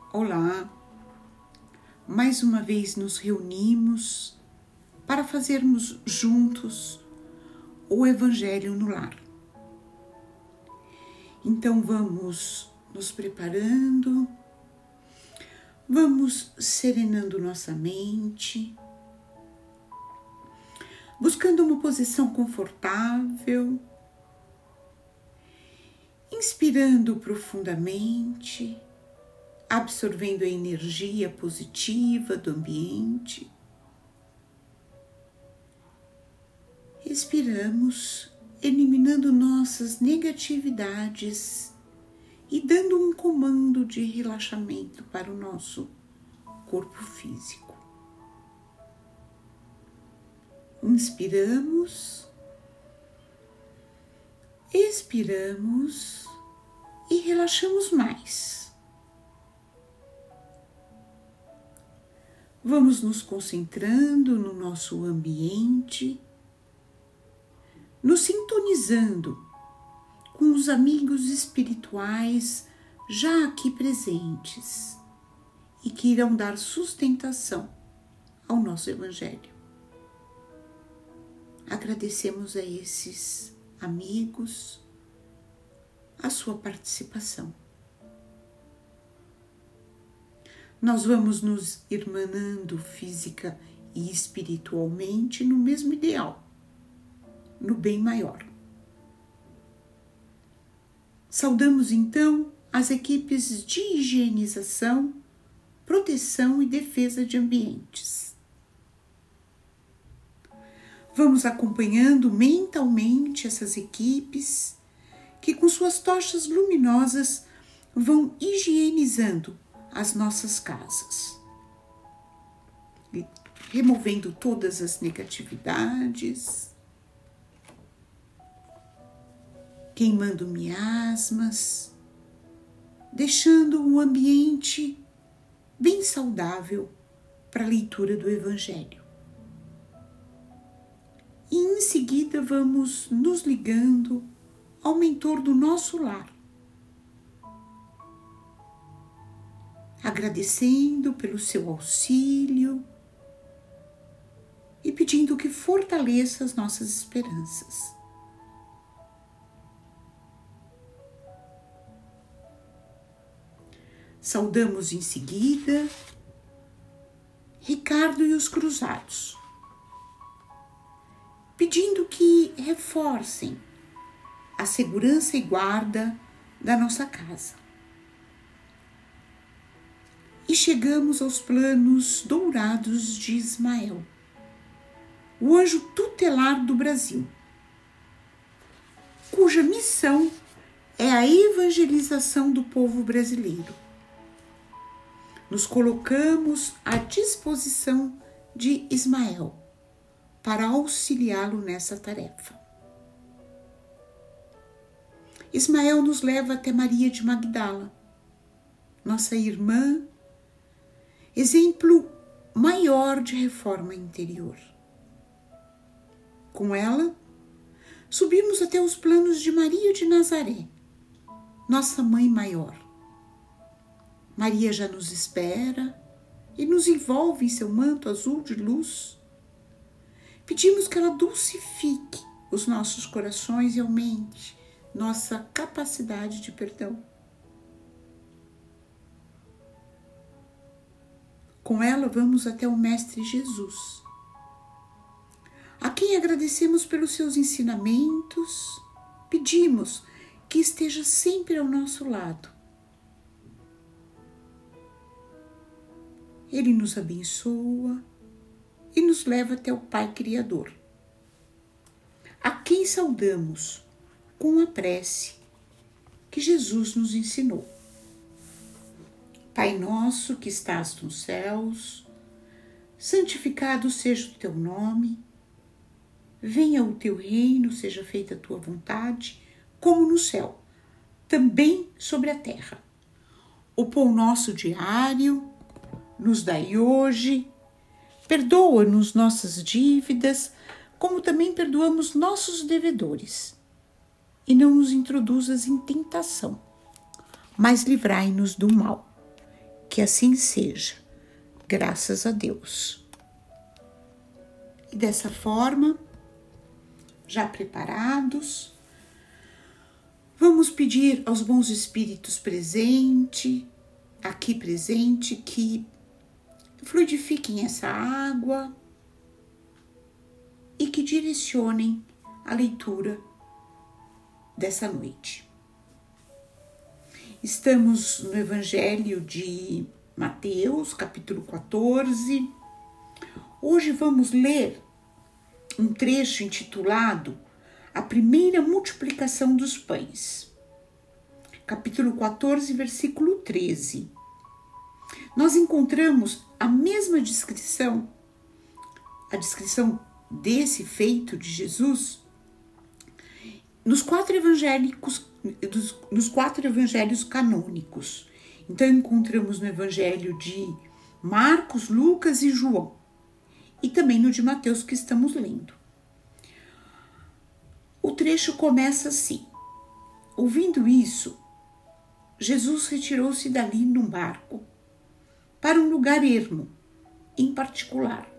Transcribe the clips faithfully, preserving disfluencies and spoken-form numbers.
Olá, mais uma vez nos reunimos para fazermos juntos o Evangelho no Lar. Então vamos nos preparando, vamos serenando nossa mente, buscando uma posição confortável, inspirando profundamente, absorvendo a energia positiva do ambiente. Respiramos, eliminando nossas negatividades e dando um comando de relaxamento para o nosso corpo físico. Inspiramos, expiramos e relaxamos mais. Vamos nos concentrando no nosso ambiente, nos sintonizando com os amigos espirituais já aqui presentes e que irão dar sustentação ao nosso Evangelho. Agradecemos a esses amigos a sua participação. Nós vamos nos irmanando física e espiritualmente no mesmo ideal, no bem maior. Saudamos então as equipes de higienização, proteção e defesa de ambientes. Vamos acompanhando mentalmente essas equipes que com suas tochas luminosas vão higienizando as nossas casas, removendo todas as negatividades, queimando miasmas, deixando um ambiente bem saudável para a leitura do Evangelho. E em seguida vamos nos ligando ao mentor do nosso lar, agradecendo pelo seu auxílio e pedindo que fortaleça as nossas esperanças. Saudamos em seguida Ricardo e os cruzados, pedindo que reforcem a segurança e guarda da nossa casa. E chegamos aos planos dourados de Ismael, o anjo tutelar do Brasil, cuja missão é a evangelização do povo brasileiro. Nos colocamos à disposição de Ismael para auxiliá-lo nessa tarefa. Ismael nos leva até Maria de Magdala, nossa irmã, exemplo maior de reforma interior. Com ela, subimos até os planos de Maria de Nazaré, nossa mãe maior. Maria já nos espera e nos envolve em seu manto azul de luz. Pedimos que ela dulcifique os nossos corações e aumente nossa capacidade de perdão. Com ela vamos até o Mestre Jesus, a quem agradecemos pelos seus ensinamentos, pedimos que esteja sempre ao nosso lado. Ele nos abençoa e nos leva até o Pai Criador, a quem saudamos com a prece que Jesus nos ensinou. Pai nosso que estás nos céus, santificado seja o teu nome, venha o teu reino, seja feita a tua vontade, como no céu, também sobre a terra. O pão nosso diário nos dai hoje, perdoa-nos nossas dívidas, como também perdoamos nossos devedores. E não nos introduzas em tentação, mas livrai-nos do mal. Que assim seja, graças a Deus. E dessa forma, já preparados, vamos pedir aos bons espíritos presentes, aqui presente, que fluidifiquem essa água e que direcionem a leitura dessa noite. Estamos no Evangelho de Mateus, capítulo quatorze. Hoje vamos ler um trecho intitulado A Primeira Multiplicação dos Pães. Capítulo quatorze, versículo treze. Nós encontramos a mesma descrição, a descrição desse feito de Jesus, nos quatro evangélicos, nos quatro evangelhos canônicos. Então encontramos no Evangelho de Marcos, Lucas e João, e também no de Mateus que estamos lendo. O trecho começa assim: ouvindo isso, Jesus retirou-se dali num barco para um lugar ermo, em particular.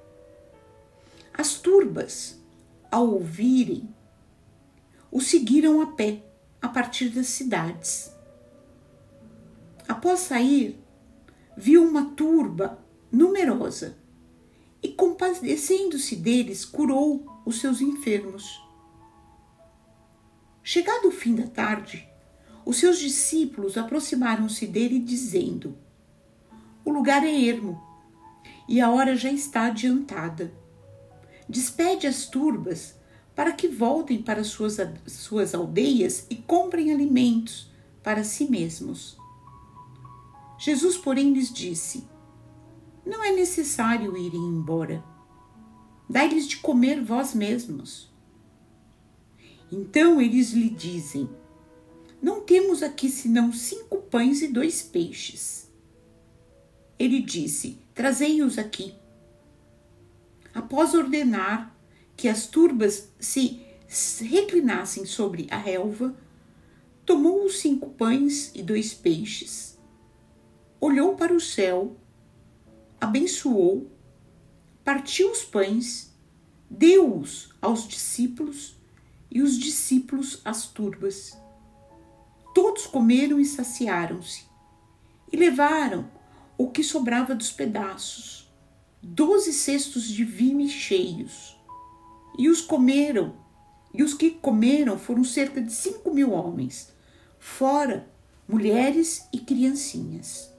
As turbas, ao ouvirem, o seguiram a pé a partir das cidades. Após sair, viu uma turba numerosa e, compadecendo-se deles, curou os seus enfermos. Chegado o fim da tarde, os seus discípulos aproximaram-se dele, dizendo: o lugar é ermo e a hora já está adiantada. Despede as turbas para que voltem para suas, suas aldeias e comprem alimentos para si mesmos. Jesus, porém, lhes disse: não é necessário irem embora. Dai-lhes de comer vós mesmos. Então eles lhe dizem: não temos aqui senão cinco pães e dois peixes. Ele disse: trazei-os aqui. Após ordenar que as turbas se reclinassem sobre a relva, tomou os cinco pães e dois peixes, olhou para o céu, abençoou, partiu os pães, deu-os aos discípulos e os discípulos às turbas. Todos comeram e saciaram-se, e levaram o que sobrava dos pedaços, doze cestos de vinho cheios. E os comeram, e os que comeram foram cerca de cinco mil homens, fora mulheres e criancinhas.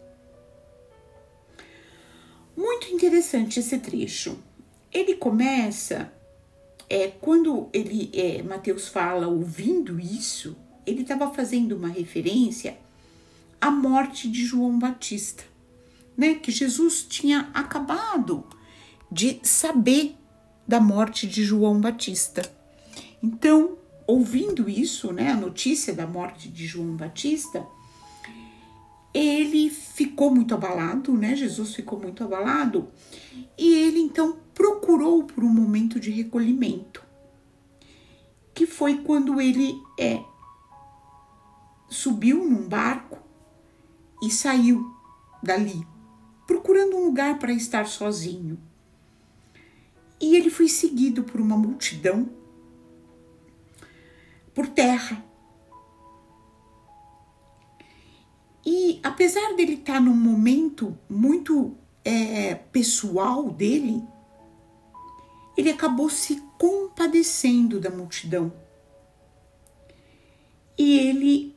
Muito interessante esse trecho. Ele começa, é, quando ele, é, Mateus fala, ouvindo isso, ele estava fazendo uma referência à morte de João Batista, né? Que Jesus tinha acabado de saber da morte de João Batista. Então, ouvindo isso, né, a notícia da morte de João Batista, ele ficou muito abalado, né? Jesus ficou muito abalado, e ele então procurou por um momento de recolhimento, que foi quando ele é, subiu num barco e saiu dali, procurando um lugar para estar sozinho. E ele foi seguido por uma multidão por terra. E apesar dele estar num momento muito é, pessoal dele, ele acabou se compadecendo da multidão. E ele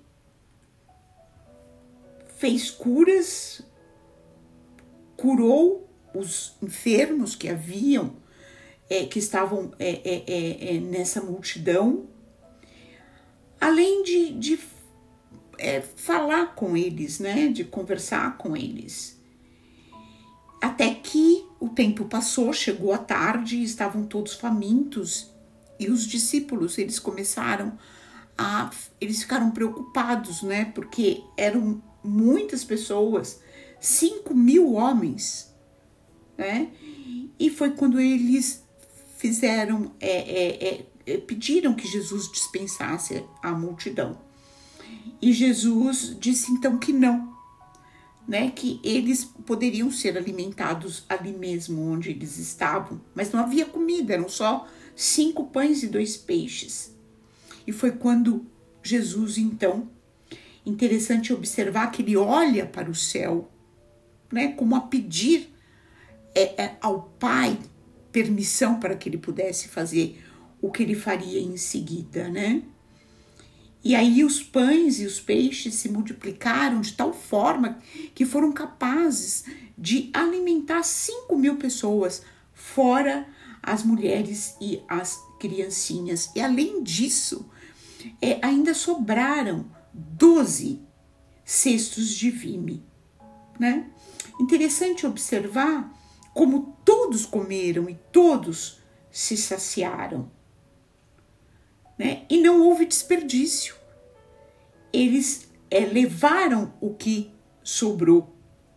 fez curas, curou os enfermos que haviam, É, que estavam é, é, é, nessa multidão, além de, de é, falar com eles, né, de conversar com eles. Até que o tempo passou, chegou a tarde, estavam todos famintos, e os discípulos, eles começaram a, eles ficaram preocupados, né, porque eram muitas pessoas, cinco mil homens, né, e foi quando eles fizeram, é, é, é, pediram que Jesus dispensasse a multidão. E Jesus disse então que não, né, que eles poderiam ser alimentados ali mesmo onde eles estavam, mas não havia comida, eram só cinco pães e dois peixes. E foi quando Jesus, então, interessante observar que ele olha para o céu, né, como a pedir é, é, ao Pai permissão para que ele pudesse fazer o que ele faria em seguida, né? E aí os pães e os peixes se multiplicaram de tal forma que foram capazes de alimentar cinco mil pessoas, fora as mulheres e as criancinhas. E além disso, é, ainda sobraram doze cestos de vime, né? Interessante observar como todos comeram e todos se saciaram, né? E não houve desperdício. Eles é, levaram o que sobrou.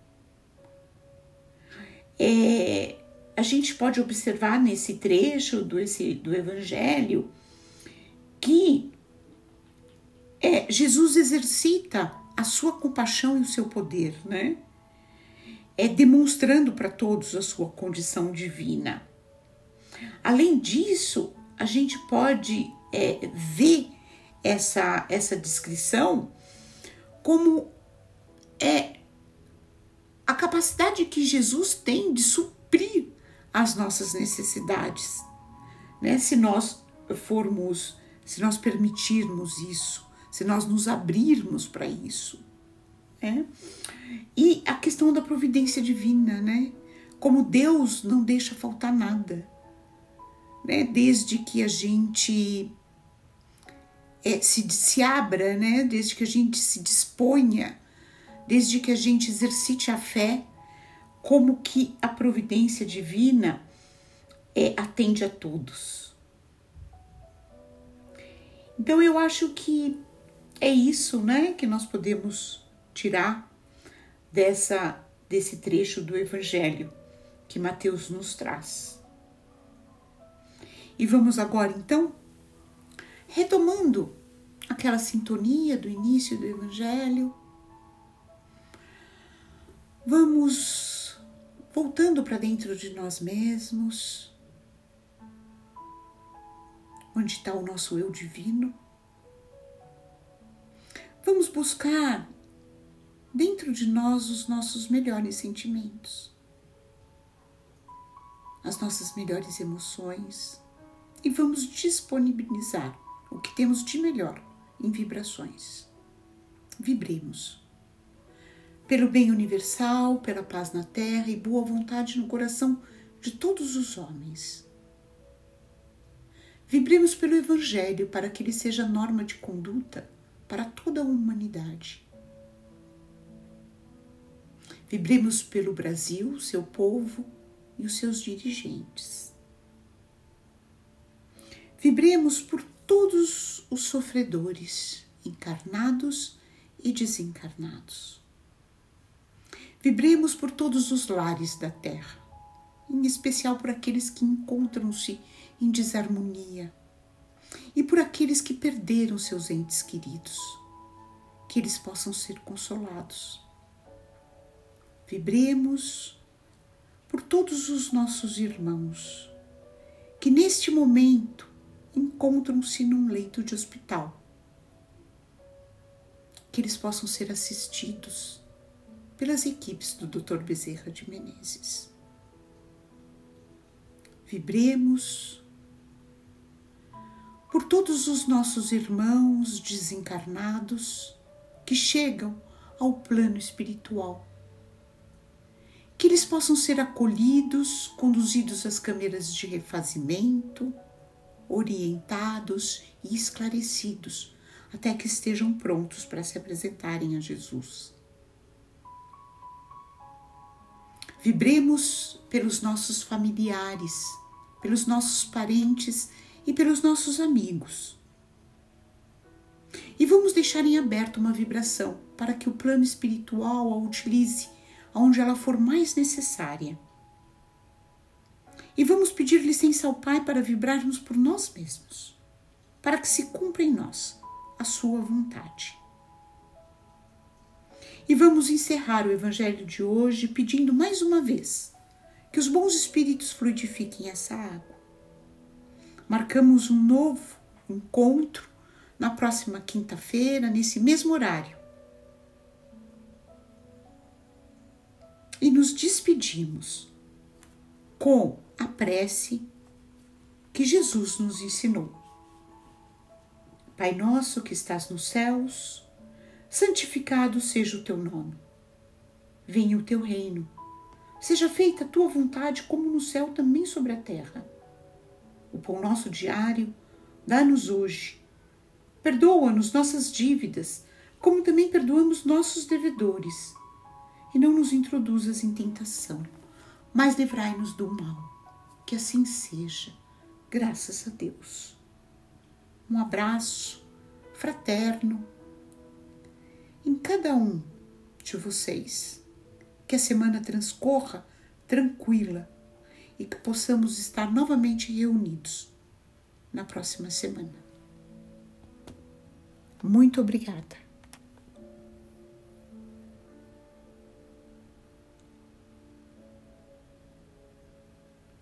É, a gente pode observar nesse trecho do, esse, do Evangelho que é, Jesus exercita a sua compaixão e o seu poder, né? É, demonstrando para todos a sua condição divina. Além disso, a gente pode é, ver essa, essa descrição como é, a capacidade que Jesus tem de suprir as nossas necessidades, né? Se nós formos, se nós permitirmos isso, se nós nos abrirmos para isso, né? E a questão da providência divina, né? Como Deus não deixa faltar nada, né? Desde que a gente é, se, se abra, né? Desde que a gente se disponha, desde que a gente exercite a fé, como que a providência divina é, atende a todos. Então eu acho que é isso, né? Que nós podemos tirar dessa, desse trecho do Evangelho que Mateus nos traz. E vamos agora, então, retomando aquela sintonia do início do Evangelho, vamos voltando para dentro de nós mesmos, onde está o nosso eu divino. Vamos buscar dentro de nós os nossos melhores sentimentos, as nossas melhores emoções, e vamos disponibilizar o que temos de melhor em vibrações. Vibremos pelo bem universal, pela paz na terra e boa vontade no coração de todos os homens. Vibremos pelo Evangelho para que ele seja norma de conduta para toda a humanidade. Vibremos pelo Brasil, seu povo e os seus dirigentes. Vibremos por todos os sofredores, encarnados e desencarnados. Vibremos por todos os lares da terra, em especial por aqueles que encontram-se em desarmonia e por aqueles que perderam seus entes queridos, que eles possam ser consolados. Vibremos por todos os nossos irmãos que neste momento encontram-se num leito de hospital, que eles possam ser assistidos pelas equipes do doutor Bezerra de Menezes. Vibremos por todos os nossos irmãos desencarnados que chegam ao plano espiritual, que eles possam ser acolhidos, conduzidos às câmeras de refazimento, orientados e esclarecidos, até que estejam prontos para se apresentarem a Jesus. Vibremos pelos nossos familiares, pelos nossos parentes e pelos nossos amigos. E vamos deixar em aberto uma vibração para que o plano espiritual a utilize onde ela for mais necessária. E vamos pedir licença ao Pai para vibrarmos por nós mesmos, para que se cumpra em nós a sua vontade. E vamos encerrar o Evangelho de hoje pedindo mais uma vez que os bons espíritos fluidifiquem essa água. Marcamos um novo encontro na próxima quinta-feira, nesse mesmo horário. E nos despedimos com a prece que Jesus nos ensinou. Pai nosso que estás nos céus, santificado seja o teu nome. Venha o teu reino. Seja feita a tua vontade, como no céu, também sobre a terra. O pão nosso diário, dá-nos hoje. Perdoa-nos nossas dívidas, como também perdoamos nossos devedores. E não nos introduzas em tentação, mas livrai-nos do mal. Que assim seja, graças a Deus. Um abraço fraterno em cada um de vocês. Que a semana transcorra tranquila e que possamos estar novamente reunidos na próxima semana. Muito obrigada.